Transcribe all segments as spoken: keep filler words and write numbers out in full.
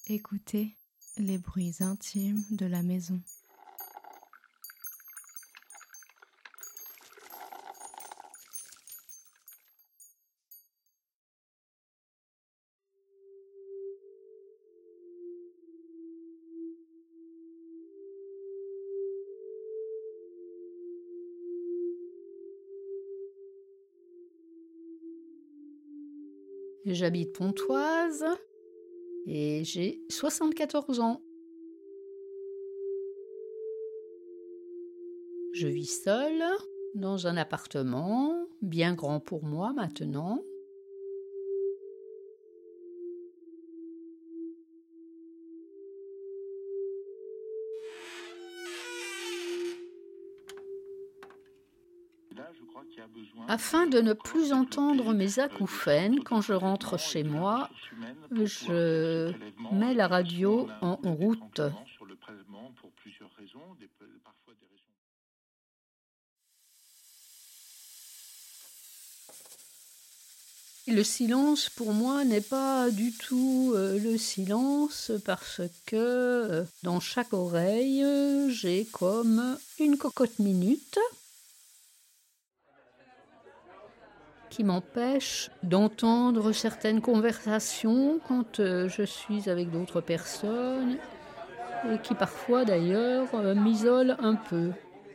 Écoutez les bruits intimes de la maison. J'habite Pontoise et j'ai soixante-quatorze ans. Je vis seule dans un appartement bien grand pour moi maintenant. Afin de ne plus entendre mes acouphènes quand je rentre chez moi, je mets la radio en route. Le silence pour moi n'est pas du tout euh, le silence parce que euh, dans chaque oreille euh, j'ai comme une cocotte minute qui m'empêche d'entendre certaines conversations quand euh, je suis avec d'autres personnes et qui parfois d'ailleurs euh, m'isolent un peu.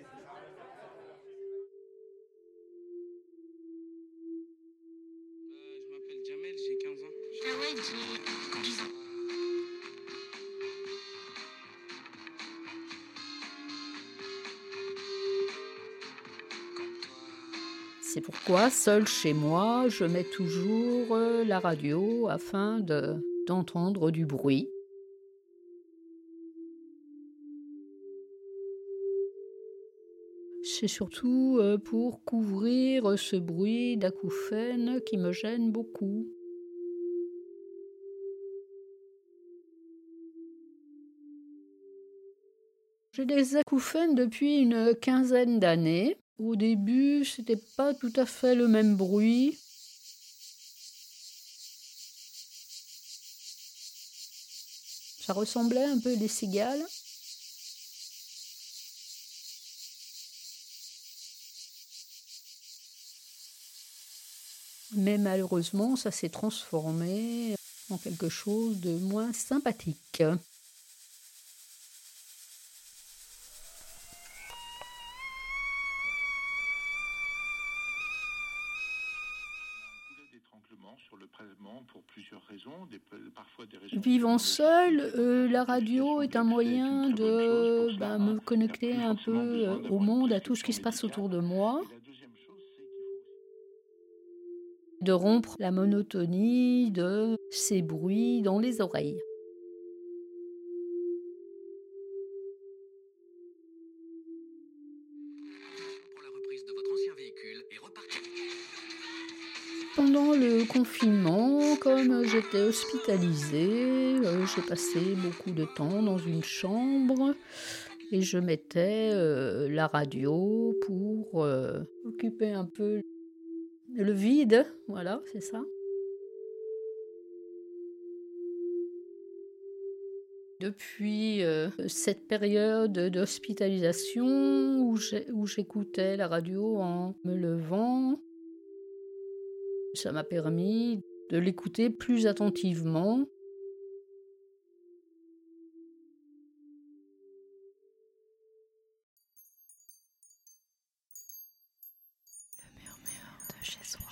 Je m'appelle Jamel, j'ai quinze ans. Ah ouais, j'ai dix ans. C'est pourquoi, seule chez moi, je mets toujours euh, la radio afin de, d'entendre du bruit. C'est surtout euh, pour couvrir ce bruit d'acouphènes qui me gêne beaucoup. J'ai des acouphènes depuis une quinzaine d'années. Au début, c'était pas tout à fait le même bruit. Ça ressemblait un peu à des cigales. Mais malheureusement, ça s'est transformé en quelque chose de moins sympathique. Vivant seul, euh, la radio est un moyen de ben, me connecter un peu euh, au monde, à tout ce qui se passe autour de moi, de rompre la monotonie de ces bruits dans les oreilles. Pour la reprise de votre ancien véhicule et repartir. Pendant le confinement, comme j'étais hospitalisée, euh, j'ai passé beaucoup de temps dans une chambre et je mettais euh, la radio pour euh, occuper un peu le vide, voilà, c'est ça. Depuis euh, cette période d'hospitalisation où, j'ai, où j'écoutais la radio en me levant, ça m'a permis de l'écouter plus attentivement. Le murmure de chez soi.